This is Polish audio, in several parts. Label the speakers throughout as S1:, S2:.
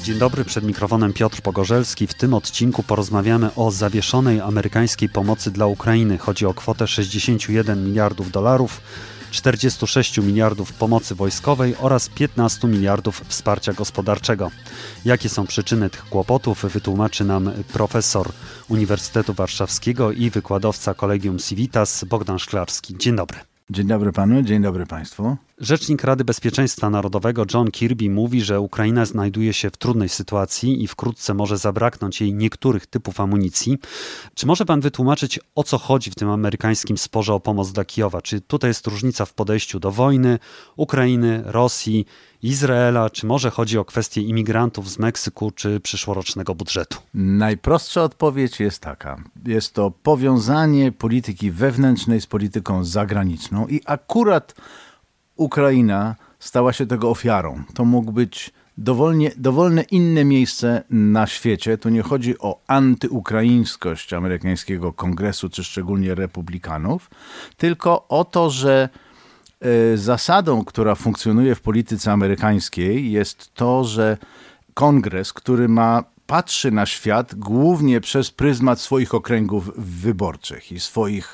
S1: Dzień dobry, przed mikrofonem Piotr Pogorzelski. W tym odcinku porozmawiamy o zawieszonej amerykańskiej pomocy dla Ukrainy. Chodzi o kwotę 61 miliardów dolarów, 46 miliardów pomocy wojskowej oraz 15 miliardów wsparcia gospodarczego. Jakie są przyczyny tych kłopotów, wytłumaczy nam profesor Uniwersytetu Warszawskiego i wykładowca Collegium Civitas Bogdan Szklarski. Dzień dobry.
S2: Dzień dobry panu, dzień dobry państwu.
S1: Rzecznik Rady Bezpieczeństwa Narodowego John Kirby mówi, że Ukraina znajduje się w trudnej sytuacji i wkrótce może zabraknąć jej niektórych typów amunicji. Czy może pan wytłumaczyć, o co chodzi w tym amerykańskim sporze o pomoc dla Kijowa? Czy tutaj jest różnica w podejściu do wojny, Ukrainy, Rosji, Izraela, czy może chodzi o kwestię imigrantów z Meksyku czy przyszłorocznego budżetu?
S2: Najprostsza odpowiedź jest taka. Jest to powiązanie polityki wewnętrznej z polityką zagraniczną i akurat Ukraina stała się tego ofiarą. To mógł być dowolne inne miejsce na świecie. Tu nie chodzi o antyukraińskość amerykańskiego kongresu, czy szczególnie republikanów, tylko o to, że zasadą, która funkcjonuje w polityce amerykańskiej, jest to, że kongres, który patrzy na świat głównie przez pryzmat swoich okręgów wyborczych i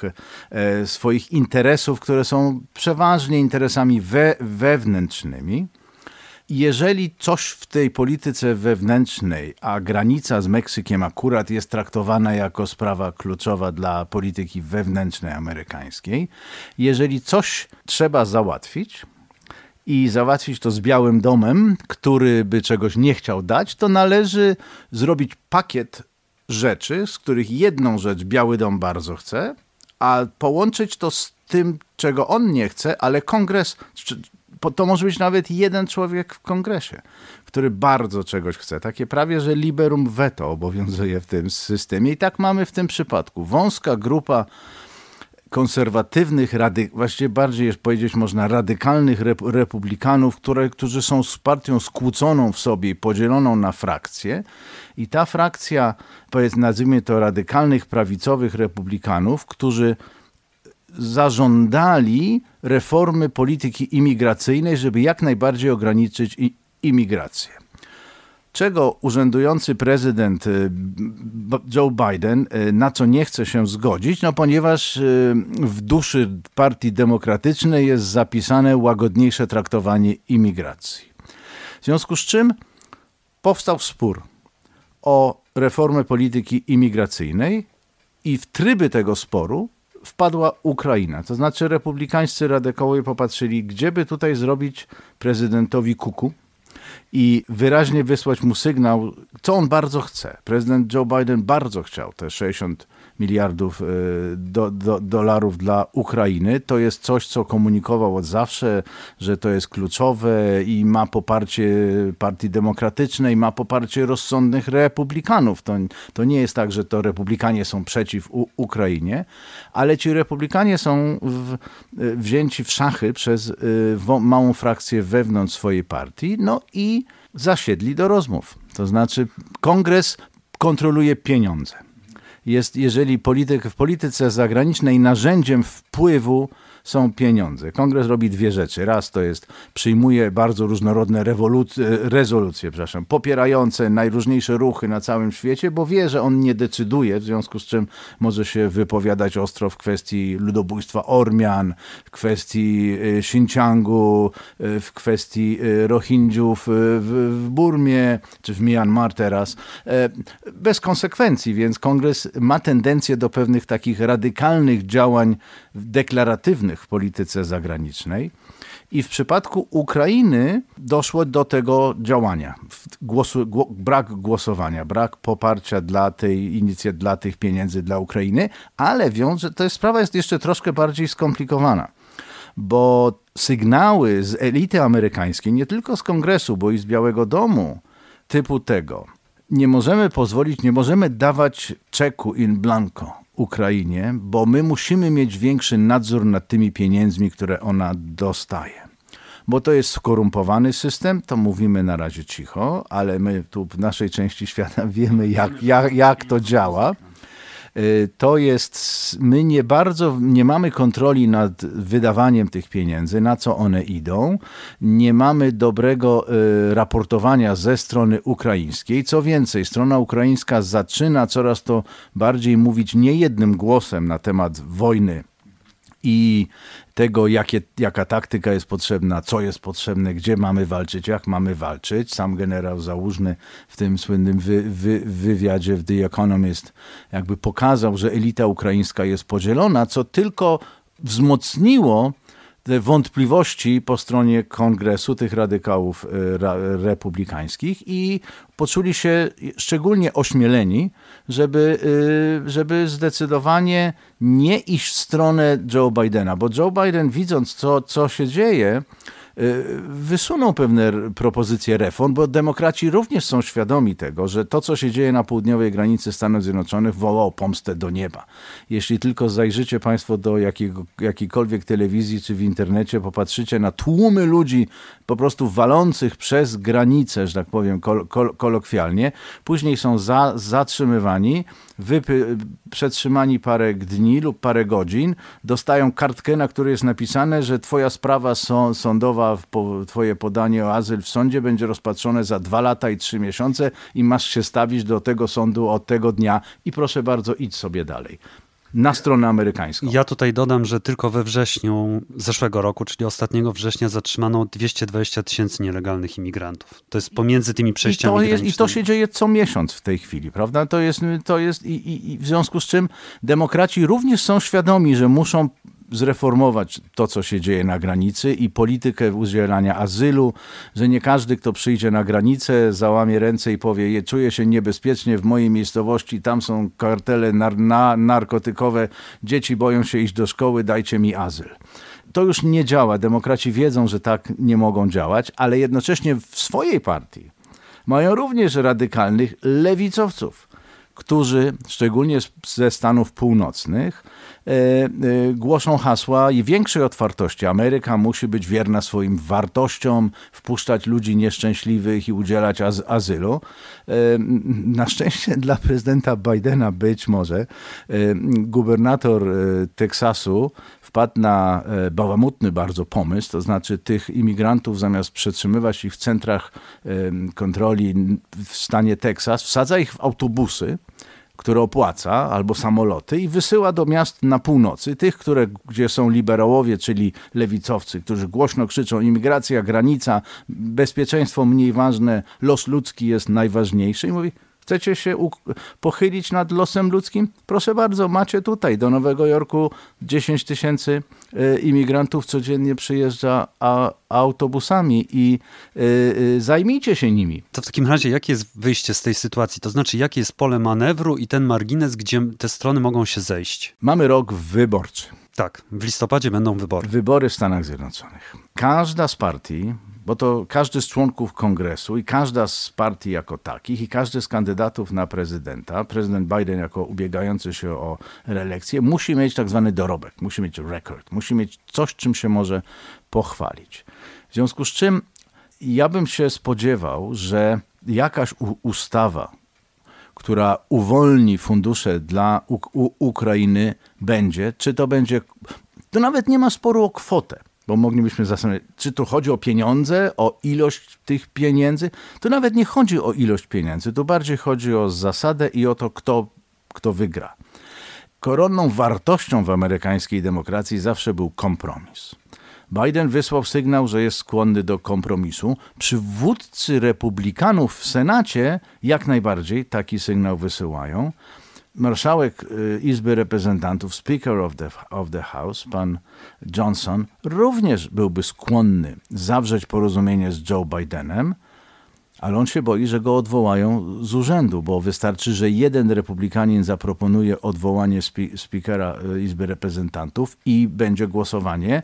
S2: swoich interesów, które są przeważnie interesami wewnętrznymi. Jeżeli coś w tej polityce wewnętrznej, a granica z Meksykiem akurat jest traktowana jako sprawa kluczowa dla polityki wewnętrznej amerykańskiej, jeżeli coś trzeba załatwić i załatwić to z Białym Domem, który by czegoś nie chciał dać, to należy zrobić pakiet rzeczy, z których jedną rzecz Biały Dom bardzo chce, a połączyć to z tym, czego on nie chce, ale kongres, to może być nawet jeden człowiek w kongresie, który bardzo czegoś chce. Takie prawie, że liberum veto obowiązuje w tym systemie. I tak mamy w tym przypadku. Wąska grupa konserwatywnych, właściwie bardziej powiedzieć można radykalnych republikanów, którzy są z partią skłóconą w sobie i podzieloną na frakcje. I ta frakcja, nazwijmy to radykalnych prawicowych republikanów, którzy zażądali reformy polityki imigracyjnej, żeby jak najbardziej ograniczyć imigrację. Czego urzędujący prezydent Joe Biden na co nie chce się zgodzić? No ponieważ w duszy Partii Demokratycznej jest zapisane łagodniejsze traktowanie imigracji. W związku z czym powstał spór o reformę polityki imigracyjnej i w tryby tego sporu wpadła Ukraina. To znaczy republikańscy radykałowie popatrzyli, gdzie by tutaj zrobić prezydentowi kuku i wyraźnie wysłać mu sygnał, co on bardzo chce. Prezydent Joe Biden bardzo chciał te 60 miliardów dolarów dla Ukrainy. To jest coś, co komunikował od zawsze, że to jest kluczowe i ma poparcie Partii Demokratycznej, ma poparcie rozsądnych republikanów. To nie jest tak, że to republikanie są przeciw Ukrainie, ale ci republikanie są wzięci w szachy przez małą frakcję wewnątrz swojej partii, no i zasiedli do rozmów. To znaczy kongres kontroluje pieniądze. Jeżeli w polityce zagranicznej narzędziem wpływu są pieniądze. Kongres robi dwie rzeczy. Raz to jest, przyjmuje bardzo różnorodne rezolucje, popierające najróżniejsze ruchy na całym świecie, bo wie, że on nie decyduje, w związku z czym może się wypowiadać ostro w kwestii ludobójstwa Ormian, w kwestii Xinjiangu, w kwestii Rohingjów w Burmie, czy w Myanmar teraz, bez konsekwencji, więc kongres ma tendencję do pewnych takich radykalnych działań deklaratywnych w polityce zagranicznej i w przypadku Ukrainy doszło do tego działania. Brak głosowania, brak poparcia dla tych pieniędzy dla Ukrainy, ale sprawa jest jeszcze troszkę bardziej skomplikowana, bo sygnały z elity amerykańskiej, nie tylko z Kongresu, bo i z Białego Domu, typu tego, nie możemy dawać czeku in blanco Ukrainie, bo my musimy mieć większy nadzór nad tymi pieniędzmi, które ona dostaje. Bo to jest skorumpowany system, to mówimy na razie cicho, ale my tu w naszej części świata wiemy, jak to działa. To jest, my nie mamy kontroli nad wydawaniem tych pieniędzy, na co one idą. Nie mamy dobrego raportowania ze strony ukraińskiej. Co więcej, strona ukraińska zaczyna coraz to bardziej mówić nie jednym głosem na temat wojny i tego, jaka taktyka jest potrzebna, co jest potrzebne, gdzie mamy walczyć, jak mamy walczyć. Sam generał Załużny w tym słynnym wywiadzie w The Economist jakby pokazał, że elita ukraińska jest podzielona, co tylko wzmocniło te wątpliwości po stronie kongresu, tych radykałów republikańskich i poczuli się szczególnie ośmieleni, żeby zdecydowanie nie iść w stronę Joe Bidena, bo Joe Biden, widząc co się dzieje, wysunął pewne propozycje reform, bo demokraci również są świadomi tego, że to, co się dzieje na południowej granicy Stanów Zjednoczonych, woła o pomstę do nieba. Jeśli tylko zajrzycie państwo do jakiejkolwiek telewizji czy w internecie, popatrzycie na tłumy ludzi po prostu walących przez granicę, że tak powiem kolokwialnie, później są zatrzymywani, przetrzymani parę dni lub parę godzin, dostają kartkę, na której jest napisane, że twoja sprawa sądowa, twoje podanie o azyl w sądzie będzie rozpatrzone za 2 lata i 3 miesiące i masz się stawić do tego sądu od tego dnia i proszę bardzo, idź sobie dalej. Na stronę amerykańską.
S1: Ja tutaj dodam, że tylko we wrześniu zeszłego roku, czyli ostatniego września, zatrzymano 220 000 nielegalnych imigrantów. To jest pomiędzy tymi przejściami granicznymi.
S2: I to się dzieje co miesiąc w tej chwili, prawda? To jest i w związku z czym demokraci również są świadomi, że muszą zreformować to, co się dzieje na granicy i politykę udzielania azylu, że nie każdy, kto przyjdzie na granicę, załamie ręce i powie, czuję się niebezpiecznie w mojej miejscowości, tam są kartele narkotykowe, dzieci boją się iść do szkoły, dajcie mi azyl. To już nie działa. Demokraci wiedzą, że tak nie mogą działać, ale jednocześnie w swojej partii mają również radykalnych lewicowców, którzy, szczególnie ze Stanów Północnych, głoszą hasła i większej otwartości. Ameryka musi być wierna swoim wartościom, wpuszczać ludzi nieszczęśliwych i udzielać azylu. Na szczęście dla prezydenta Bidena być może gubernator Teksasu wpadł na bałamutny bardzo pomysł, to znaczy tych imigrantów zamiast przetrzymywać ich w centrach kontroli w stanie Teksas, wsadza ich w autobusy, które opłaca, albo samoloty i wysyła do miast na północy, tych, gdzie są liberałowie, czyli lewicowcy, którzy głośno krzyczą imigracja, granica, bezpieczeństwo mniej ważne, los ludzki jest najważniejszy i mówi, chcecie się pochylić nad losem ludzkim? Proszę bardzo, macie tutaj do Nowego Jorku 10 000 imigrantów codziennie przyjeżdża autobusami i zajmijcie się nimi.
S1: To w takim razie jakie jest wyjście z tej sytuacji? To znaczy jakie jest pole manewru i ten margines, gdzie te strony mogą się zejść?
S2: Mamy rok wyborczy.
S1: Tak, w listopadzie będą wybory.
S2: Wybory w Stanach Zjednoczonych. Każda z partii, bo to każdy z członków kongresu i każda z partii jako takich i każdy z kandydatów na prezydenta, prezydent Biden jako ubiegający się o reelekcję, musi mieć tak zwany dorobek, musi mieć record, musi mieć coś, czym się może pochwalić. W związku z czym ja bym się spodziewał, że jakaś ustawa, która uwolni fundusze dla Ukrainy będzie, czy to będzie, to nawet nie ma sporu o kwotę. Bo moglibyśmy zastanowić, czy tu chodzi o pieniądze, o ilość tych pieniędzy. Tu nawet nie chodzi o ilość pieniędzy, tu bardziej chodzi o zasadę i o to, kto wygra. Koronną wartością w amerykańskiej demokracji zawsze był kompromis. Biden wysłał sygnał, że jest skłonny do kompromisu. Przywódcy republikanów w Senacie jak najbardziej taki sygnał wysyłają. Marszałek Izby Reprezentantów, Speaker of the House, pan Johnson, również byłby skłonny zawrzeć porozumienie z Joe Bidenem, ale on się boi, że go odwołają z urzędu, bo wystarczy, że jeden republikanin zaproponuje odwołanie Speakera Izby Reprezentantów i będzie głosowanie.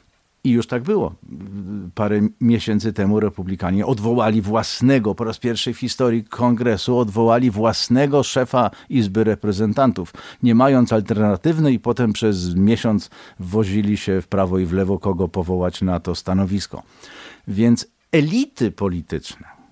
S2: I już tak było. Parę miesięcy temu republikanie odwołali własnego, po raz pierwszy w historii kongresu, odwołali własnego szefa Izby Reprezentantów, nie mając alternatywnej i potem przez miesiąc wozili się w prawo i w lewo, kogo powołać na to stanowisko. Więc elity polityczne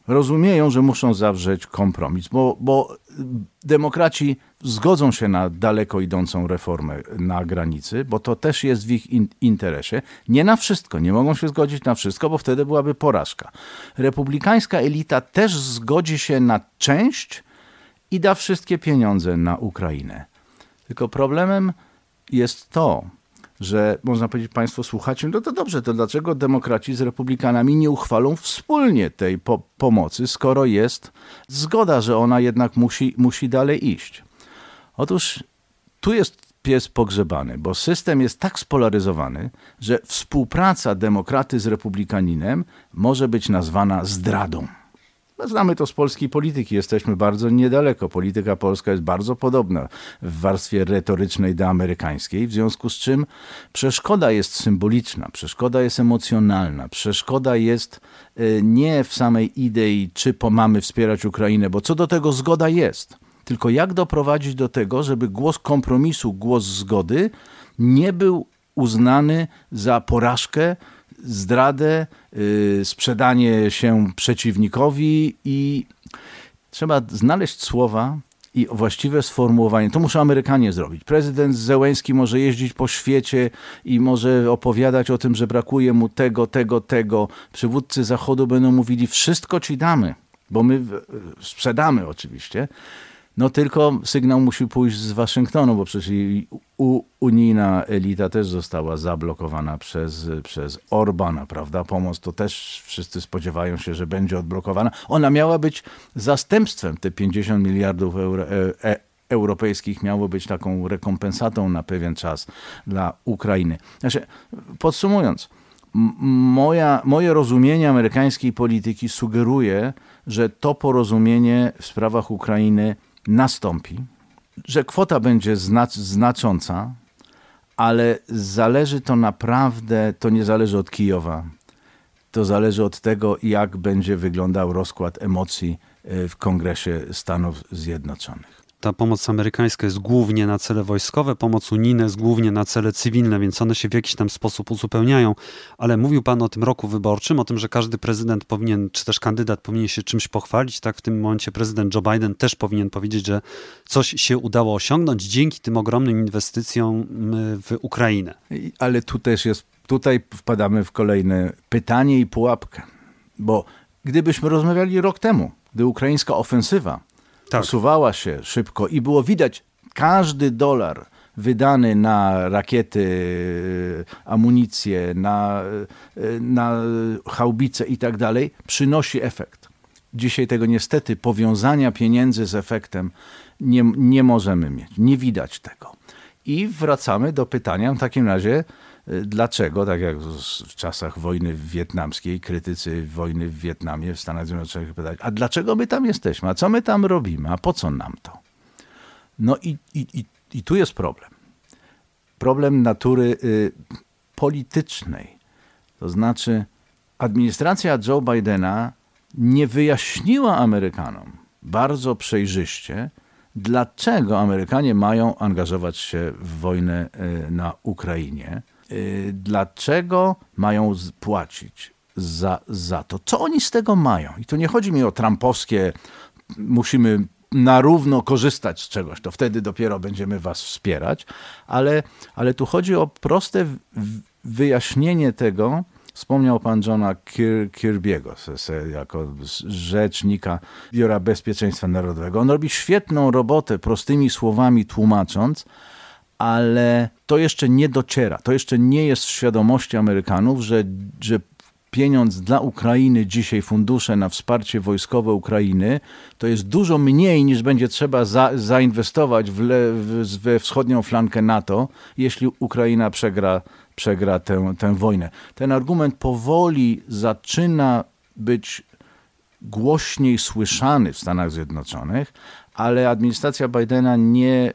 S2: rozumieją, że muszą zawrzeć kompromis, bo demokraci zgodzą się na daleko idącą reformę na granicy, bo to też jest w ich interesie. Nie na wszystko, nie mogą się zgodzić na wszystko, bo wtedy byłaby porażka. Republikańska elita też zgodzi się na część i da wszystkie pieniądze na Ukrainę. Tylko problemem jest to, że można powiedzieć, państwo słuchacie, no to dobrze, to dlaczego demokraci z republikanami nie uchwalą wspólnie tej pomocy, skoro jest zgoda, że ona jednak musi dalej iść. Otóż tu jest pies pogrzebany, bo system jest tak spolaryzowany, że współpraca demokraty z republikaninem może być nazwana zdradą. Znamy to z polskiej polityki, jesteśmy bardzo niedaleko. Polityka polska jest bardzo podobna w warstwie retorycznej do amerykańskiej, w związku z czym przeszkoda jest symboliczna, przeszkoda jest emocjonalna, przeszkoda jest nie w samej idei, czy mamy wspierać Ukrainę, bo co do tego zgoda jest, tylko jak doprowadzić do tego, żeby głos kompromisu, głos zgody nie był uznany za porażkę, zdradę, sprzedanie się przeciwnikowi i trzeba znaleźć słowa i właściwe sformułowanie. To muszą Amerykanie zrobić. Prezydent Zełenski może jeździć po świecie i może opowiadać o tym, że brakuje mu tego. Przywódcy Zachodu będą mówili, wszystko ci damy, bo my sprzedamy oczywiście. No tylko sygnał musi pójść z Waszyngtonu, bo przecież unijna elita też została zablokowana przez Orbana, prawda? Pomoc to też wszyscy spodziewają się, że będzie odblokowana. Ona miała być zastępstwem, te 50 miliardów europejskich miało być taką rekompensatą na pewien czas dla Ukrainy. Znaczy, podsumując, moje rozumienie amerykańskiej polityki sugeruje, że to porozumienie w sprawach Ukrainy nastąpi, że kwota będzie znacząca, ale zależy to naprawdę, to nie zależy od Kijowa, to zależy od tego, jak będzie wyglądał rozkład emocji w Kongresie Stanów Zjednoczonych.
S1: Ta pomoc amerykańska jest głównie na cele wojskowe, pomoc unijna jest głównie na cele cywilne, więc one się w jakiś tam sposób uzupełniają. Ale mówił pan o tym roku wyborczym, o tym, że każdy prezydent powinien, czy też kandydat powinien się czymś pochwalić. Tak, w tym momencie prezydent Joe Biden też powinien powiedzieć, że coś się udało osiągnąć dzięki tym ogromnym inwestycjom w Ukrainę.
S2: Ale tutaj wpadamy w kolejne pytanie i pułapkę. Bo gdybyśmy rozmawiali rok temu, gdy ukraińska ofensywa posuwała się szybko i było widać, każdy dolar wydany na rakiety, amunicję, na haubice i tak dalej, przynosi efekt. Dzisiaj tego niestety powiązania pieniędzy z efektem nie możemy mieć. Nie widać tego. I wracamy do pytania w takim razie, dlaczego, tak jak w czasach wojny wietnamskiej, krytycy wojny w Wietnamie w Stanach Zjednoczonych pytali, a dlaczego my tam jesteśmy, a co my tam robimy, a po co nam to? No i tu jest problem. Problem natury politycznej. To znaczy administracja Joe Bidena nie wyjaśniła Amerykanom bardzo przejrzyście, dlaczego Amerykanie mają angażować się w wojnę na Ukrainie, dlaczego mają płacić za to, co oni z tego mają. I tu nie chodzi mi o trumpowskie, musimy na równo korzystać z czegoś, to wtedy dopiero będziemy was wspierać, ale tu chodzi o proste wyjaśnienie tego. Wspomniał pan Johna Kirby'ego jako rzecznika Biura Bezpieczeństwa Narodowego. On robi świetną robotę, prostymi słowami tłumacząc, ale to jeszcze nie dociera. To jeszcze nie jest w świadomości Amerykanów, że pieniądz dla Ukrainy dzisiaj, fundusze na wsparcie wojskowe Ukrainy, to jest dużo mniej niż będzie trzeba zainwestować we wschodnią flankę NATO, jeśli Ukraina przegra tę wojnę. Ten argument powoli zaczyna być głośniej słyszany w Stanach Zjednoczonych, ale administracja Bidena nie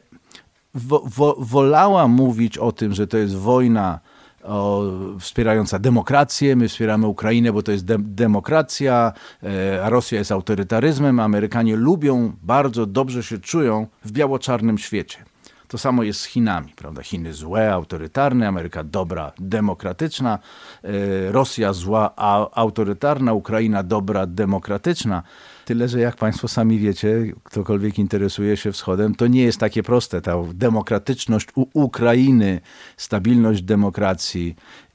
S2: wolała mówić o tym, że to jest wojna wspierająca demokrację, my wspieramy Ukrainę, bo to jest demokracja, a Rosja jest autorytaryzmem, Amerykanie lubią, bardzo dobrze się czują w biało-czarnym świecie. To samo jest z Chinami, prawda? Chiny złe, autorytarne, Ameryka dobra, demokratyczna, Rosja zła, autorytarna, Ukraina dobra, demokratyczna. Tyle, że jak państwo sami wiecie, ktokolwiek interesuje się wschodem, to nie jest takie proste. Ta demokratyczność Ukrainy, stabilność demokracji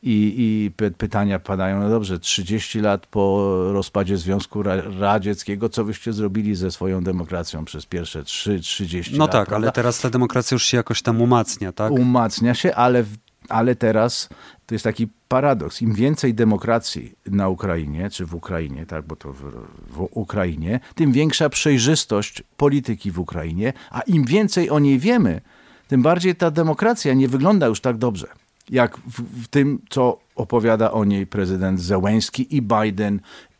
S2: i pytania padają, no dobrze, 30 lat po rozpadzie Związku Radzieckiego, co wyście zrobili ze swoją demokracją przez pierwsze 30 lat?
S1: No tak,
S2: prawda?
S1: ale teraz ta demokracja już się jakoś tam umacnia, tak?
S2: Umacnia się, ale teraz to jest taki paradoks. Im więcej demokracji na Ukrainie, czy w Ukrainie, tak, bo to w Ukrainie, tym większa przejrzystość polityki w Ukrainie, a im więcej o niej wiemy, tym bardziej ta demokracja nie wygląda już tak dobrze, jak w tym, co opowiada o niej prezydent Zełenski i Biden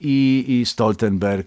S2: i Stoltenberg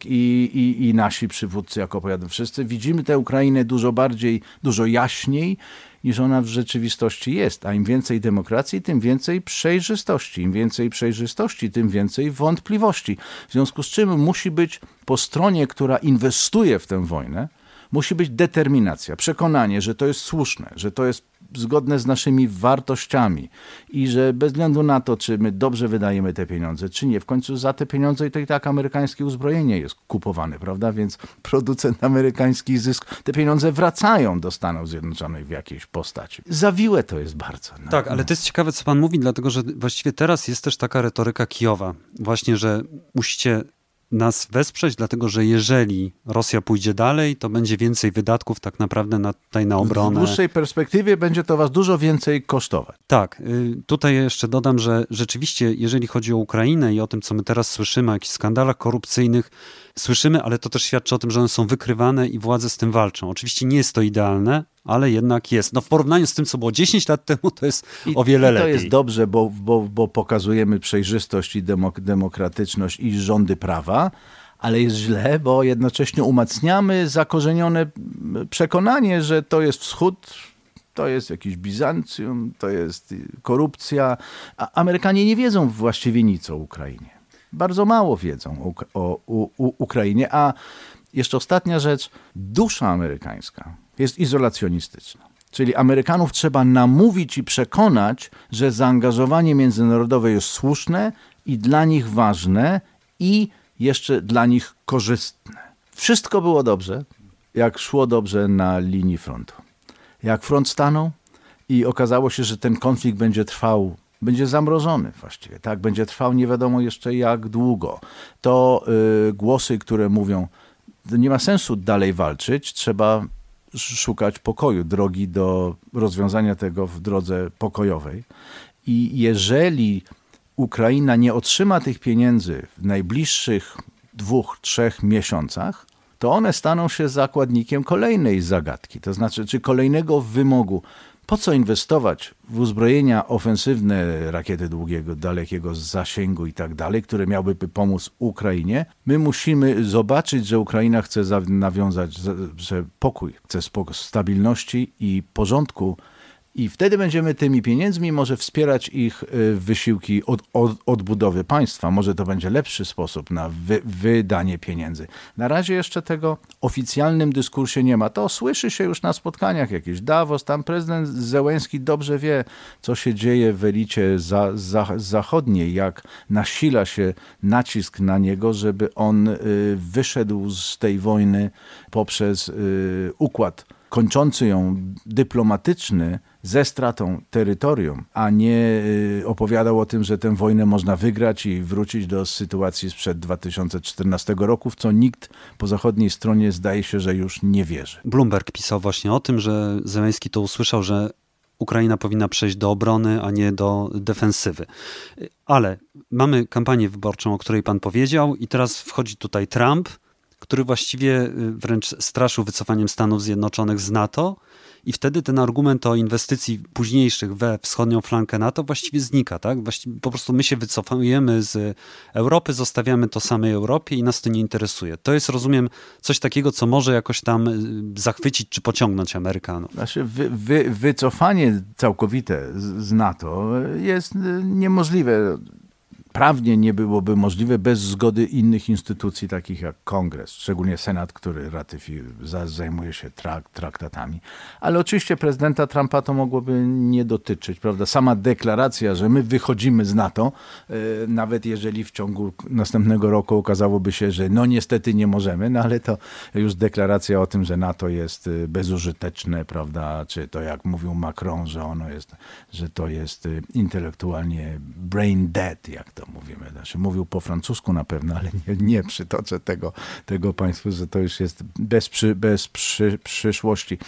S2: i nasi przywódcy, jak opowiadają wszyscy. Widzimy tę Ukrainę dużo bardziej, dużo jaśniej, niż ona w rzeczywistości jest. A im więcej demokracji, tym więcej przejrzystości. Im więcej przejrzystości, tym więcej wątpliwości. W związku z czym musi być po stronie, która inwestuje w tę wojnę, musi być determinacja, przekonanie, że to jest słuszne, że to jest zgodne z naszymi wartościami i że bez względu na to, czy my dobrze wydajemy te pieniądze, czy nie, w końcu za te pieniądze to i tak amerykańskie uzbrojenie jest kupowane, prawda? Więc producent amerykański zysk, te pieniądze wracają do Stanów Zjednoczonych w jakiejś postaci. Zawiłe to jest bardzo. No.
S1: Tak, ale to jest ciekawe, co pan mówi, dlatego że właściwie teraz jest też taka retoryka Kijowa, właśnie, że musicie nas wesprzeć, dlatego że jeżeli Rosja pójdzie dalej, to będzie więcej wydatków tak naprawdę na obronę.
S2: W dłuższej perspektywie będzie to was dużo więcej kosztować.
S1: Tak, tutaj jeszcze dodam, że rzeczywiście jeżeli chodzi o Ukrainę i o tym, co my teraz słyszymy, o jakichś skandalach korupcyjnych, słyszymy, ale to też świadczy o tym, że one są wykrywane i władze z tym walczą. Oczywiście nie jest to idealne, ale jednak jest. No w porównaniu z tym, co było 10 lat temu, to jest o wiele lepiej.
S2: To jest dobrze, bo pokazujemy przejrzystość i demokratyczność i rządy prawa, ale jest źle, bo jednocześnie umacniamy zakorzenione przekonanie, że to jest wschód, to jest jakiś Bizancjum, to jest korupcja. A Amerykanie nie wiedzą właściwie nic o Ukrainie. Bardzo mało wiedzą o Ukrainie, a jeszcze ostatnia rzecz, dusza amerykańska jest izolacjonistyczna. Czyli Amerykanów trzeba namówić i przekonać, że zaangażowanie międzynarodowe jest słuszne i dla nich ważne i jeszcze dla nich korzystne. Wszystko było dobrze, jak szło dobrze na linii frontu. Jak front stanął i okazało się, że ten konflikt będzie trwał, będzie zamrożony właściwie, tak? Będzie trwał nie wiadomo jeszcze jak długo. To głosy, które mówią, nie ma sensu dalej walczyć, trzeba szukać pokoju, drogi do rozwiązania tego w drodze pokojowej. I jeżeli Ukraina nie otrzyma tych pieniędzy w najbliższych 2-3 miesiącach, to one staną się zakładnikiem kolejnej zagadki, to znaczy, czy kolejnego wymogu. Po co inwestować w uzbrojenia ofensywne, rakiety dalekiego zasięgu i tak dalej, które miałyby pomóc Ukrainie? My musimy zobaczyć, że Ukraina chce nawiązać że pokój, chce stabilności i porządku i wtedy będziemy tymi pieniędzmi może wspierać ich wysiłki odbudowy państwa. Może to będzie lepszy sposób na wydanie pieniędzy. Na razie jeszcze tego w oficjalnym dyskursie nie ma. To słyszy się już na spotkaniach jakichś. Davos, tam prezydent Zełenski dobrze wie, co się dzieje w elicie zachodniej, jak nasila się nacisk na niego, żeby on wyszedł z tej wojny poprzez układ kończący ją dyplomatyczny ze stratą terytorium, a nie opowiadał o tym, że tę wojnę można wygrać i wrócić do sytuacji sprzed 2014 roku, w co nikt po zachodniej stronie zdaje się, że już nie wierzy.
S1: Bloomberg pisał właśnie o tym, że Zełenski to usłyszał, że Ukraina powinna przejść do obrony, a nie do defensywy. Ale mamy kampanię wyborczą, o której pan powiedział i teraz wchodzi tutaj Trump, który właściwie wręcz straszył wycofaniem Stanów Zjednoczonych z NATO i wtedy ten argument o inwestycji późniejszych we wschodnią flankę NATO właściwie znika, tak? Właściwie po prostu my się wycofujemy z Europy, zostawiamy to samej Europie i nas to nie interesuje. To jest, rozumiem, coś takiego, co może jakoś tam zachwycić czy pociągnąć Amerykanów.
S2: Znaczy wycofanie całkowite z NATO jest niemożliwe prawnie nie byłoby możliwe bez zgody innych instytucji, takich jak Kongres, szczególnie Senat, który zajmuje się traktatami. Ale oczywiście prezydenta Trumpa to mogłoby nie dotyczyć, prawda? Sama deklaracja, że my wychodzimy z NATO, nawet jeżeli w ciągu następnego roku okazałoby się, że no niestety nie możemy, no ale to już deklaracja o tym, że NATO jest bezużyteczne, prawda? Czy to jak mówił Macron, że to jest intelektualnie brain dead, jak to mówimy. Znaczy, mówił po francusku na pewno, ale nie przytoczę tego państwu, że to już jest bez przyszłości.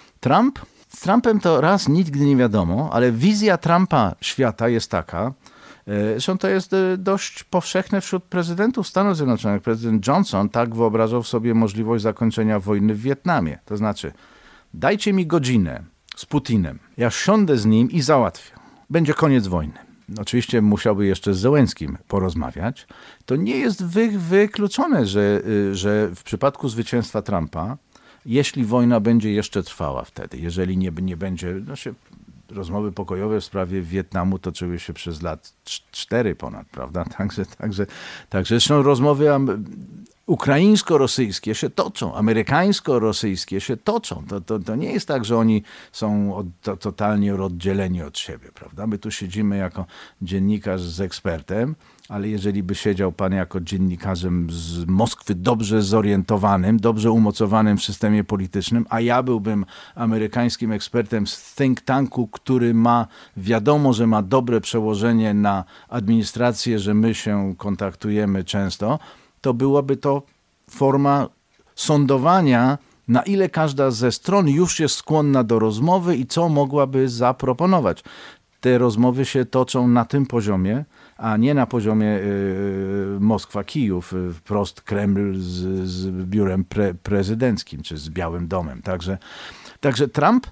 S2: Z Trumpem to raz nigdy nie wiadomo, ale wizja Trumpa świata jest taka, zresztą to jest dość powszechne wśród prezydentów Stanów Zjednoczonych. Prezydent Johnson tak wyobrażał sobie możliwość zakończenia wojny w Wietnamie. To znaczy, dajcie mi godzinę z Putinem, ja siądę z nim i załatwię. Będzie koniec wojny. Oczywiście musiałby jeszcze z Zełenskim porozmawiać. To nie jest wykluczone, że w przypadku zwycięstwa Trumpa, jeśli wojna będzie jeszcze trwała wtedy, jeżeli nie będzie, rozmowy pokojowe w sprawie Wietnamu toczyły się przez lat 4 ponad, prawda? Także zresztą rozmowy ukraińsko-rosyjskie się toczą, amerykańsko-rosyjskie się toczą. To nie jest tak, że oni są totalnie oddzieleni od siebie, prawda? My tu siedzimy jako dziennikarz z ekspertem, ale jeżeli by siedział pan jako dziennikarzem z Moskwy dobrze zorientowanym, dobrze umocowanym w systemie politycznym, a ja byłbym amerykańskim ekspertem z think tanku, który wiadomo, że ma dobre przełożenie na administrację, że my się kontaktujemy często, to byłaby to forma sądowania, na ile każda ze stron już jest skłonna do rozmowy i co mogłaby zaproponować. Te rozmowy się toczą na tym poziomie, a nie na poziomie Moskwa-Kijów, wprost Kreml z biurem prezydenckim, czy z Białym Domem. Także Trump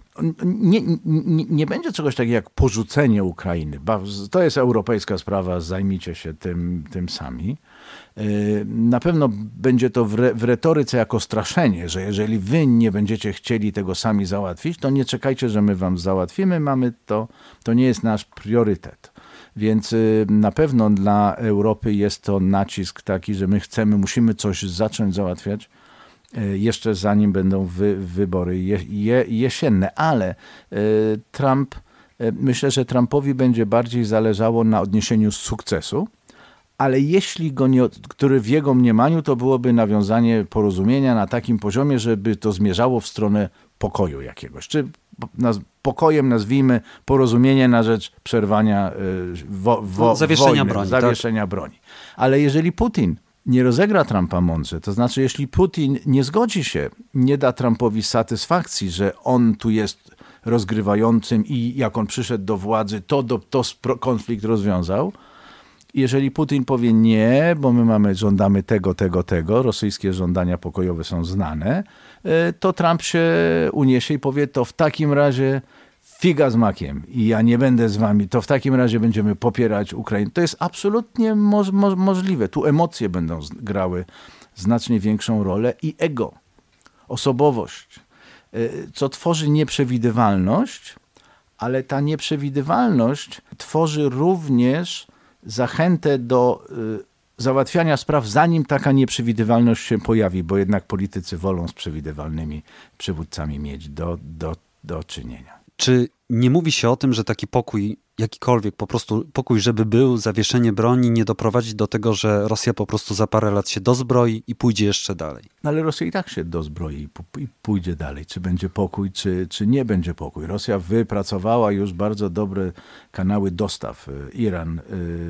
S2: nie będzie czegoś takiego jak porzucenie Ukrainy. To jest europejska sprawa, zajmijcie się tym sami. Na pewno będzie to w retoryce jako straszenie, że jeżeli wy nie będziecie chcieli tego sami załatwić, to nie czekajcie, że my wam załatwimy, to nie jest nasz priorytet. Więc na pewno dla Europy jest to nacisk taki, że musimy coś zacząć załatwiać jeszcze zanim będą wybory jesienne. Ale myślę, że Trumpowi będzie bardziej zależało na odniesieniu sukcesu, ale jeśli który w jego mniemaniu to byłoby nawiązanie porozumienia na takim poziomie, żeby to zmierzało w stronę pokoju jakiegoś. Czy pokojem nazwijmy porozumienie na rzecz przerwania
S1: zawieszenia
S2: wojny,
S1: broni.
S2: Zawieszenia broni. Ale jeżeli Putin nie rozegra Trumpa mądrze, to znaczy jeśli Putin nie zgodzi się, nie da Trumpowi satysfakcji, że on tu jest rozgrywającym i jak on przyszedł do władzy, to konflikt rozwiązał. Jeżeli Putin powie nie, bo my żądamy tego, rosyjskie żądania pokojowe są znane, to Trump się uniesie i powie, to w takim razie figa z makiem i ja nie będę z wami, to w takim razie będziemy popierać Ukrainę. To jest absolutnie możliwe. Tu emocje będą grały znacznie większą rolę i ego, osobowość, co tworzy nieprzewidywalność, ale ta nieprzewidywalność tworzy również zachętę do załatwiania spraw, zanim taka nieprzewidywalność się pojawi, bo jednak politycy wolą z przewidywalnymi przywódcami mieć do czynienia.
S1: Czy nie mówi się o tym, że taki pokój, jakikolwiek, po prostu pokój, żeby był, zawieszenie broni, nie doprowadzi do tego, że Rosja po prostu za parę lat się dozbroi i pójdzie jeszcze dalej?
S2: No ale Rosja i tak się dozbroi i pójdzie dalej. Czy będzie pokój, czy nie będzie pokój. Rosja wypracowała już bardzo dobre kanały dostaw. Iran,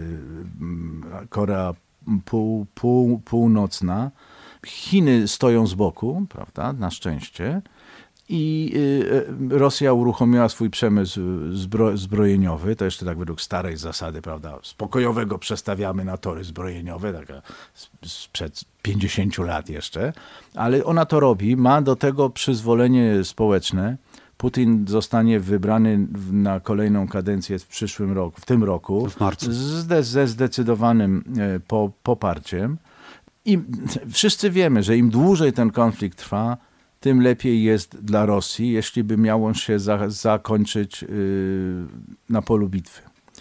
S2: Korea Północna. Chiny stoją z boku, prawda, na szczęście. I Rosja uruchomiła swój przemysł zbrojeniowy, to jeszcze tak według starej zasady, prawda, z pokojowego przestawiamy na tory zbrojeniowe, taka sprzed 50 lat jeszcze, ale ona to robi, ma do tego przyzwolenie społeczne. Putin zostanie wybrany na kolejną kadencję w tym roku,
S1: w marcu,
S2: ze zdecydowanym poparciem. I wszyscy wiemy, że im dłużej ten konflikt trwa, tym lepiej jest dla Rosji, jeśli by miał on się zakończyć na polu bitwy.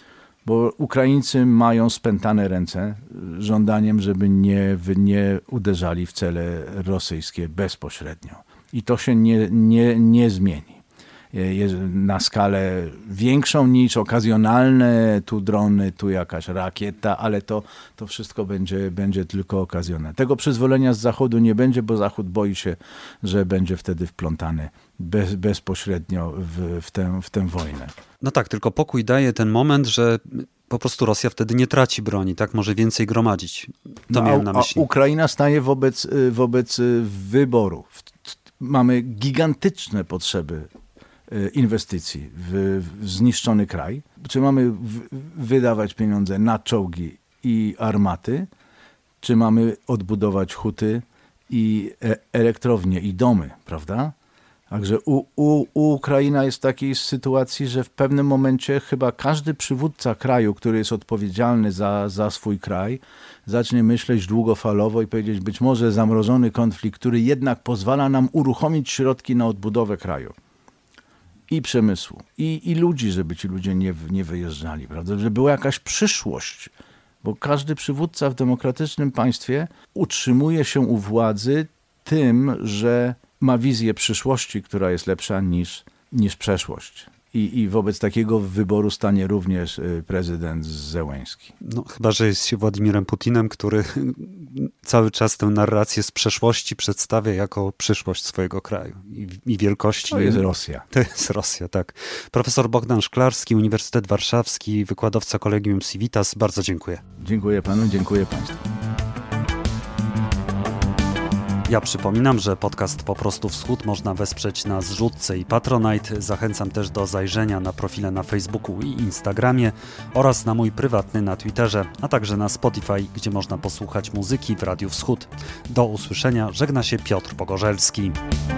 S2: bo Ukraińcy mają spętane ręce żądaniem, żeby nie uderzali w cele rosyjskie bezpośrednio. I to się nie zmieni. Jest na skalę większą niż okazjonalne, tu drony, tu jakaś rakieta, ale to wszystko będzie tylko okazjonalne. Tego przyzwolenia z Zachodu nie będzie, bo Zachód boi się, że będzie wtedy wplątany bezpośrednio w tę wojnę.
S1: No tak, tylko pokój daje ten moment, że po prostu Rosja wtedy nie traci broni, tak? Może więcej gromadzić. To miałem na myśli.
S2: A Ukraina staje wobec wyboru. Mamy gigantyczne potrzeby inwestycji w zniszczony kraj. Czy mamy wydawać pieniądze na czołgi i armaty, czy mamy odbudować huty i elektrownie i domy, prawda? Także Ukraina jest w takiej sytuacji, że w pewnym momencie chyba każdy przywódca kraju, który jest odpowiedzialny za swój kraj, zacznie myśleć długofalowo i powiedzieć, być może zamrożony konflikt, który jednak pozwala nam uruchomić środki na odbudowę kraju. I przemysłu, i ludzi, żeby ci ludzie nie wyjeżdżali, prawda? Żeby była jakaś przyszłość, bo każdy przywódca w demokratycznym państwie utrzymuje się u władzy tym, że ma wizję przyszłości, która jest lepsza niż przeszłość. I wobec takiego wyboru stanie również prezydent Zełenski.
S1: No, chyba że jest się Władimirem Putinem, który cały czas tę narrację z przeszłości przedstawia jako przyszłość swojego kraju i wielkości.
S2: To jest Rosja.
S1: To jest Rosja, tak. Profesor Bogdan Szklarski, Uniwersytet Warszawski, wykładowca Collegium Civitas. Bardzo dziękuję.
S2: Dziękuję panu, dziękuję państwu.
S1: Ja przypominam, że podcast Po prostu Wschód można wesprzeć na Zrzutce i Patronite. Zachęcam też do zajrzenia na profile na Facebooku i Instagramie oraz na mój prywatny na Twitterze, a także na Spotify, gdzie można posłuchać muzyki w Radiu Wschód. Do usłyszenia, żegna się Piotr Pogorzelski.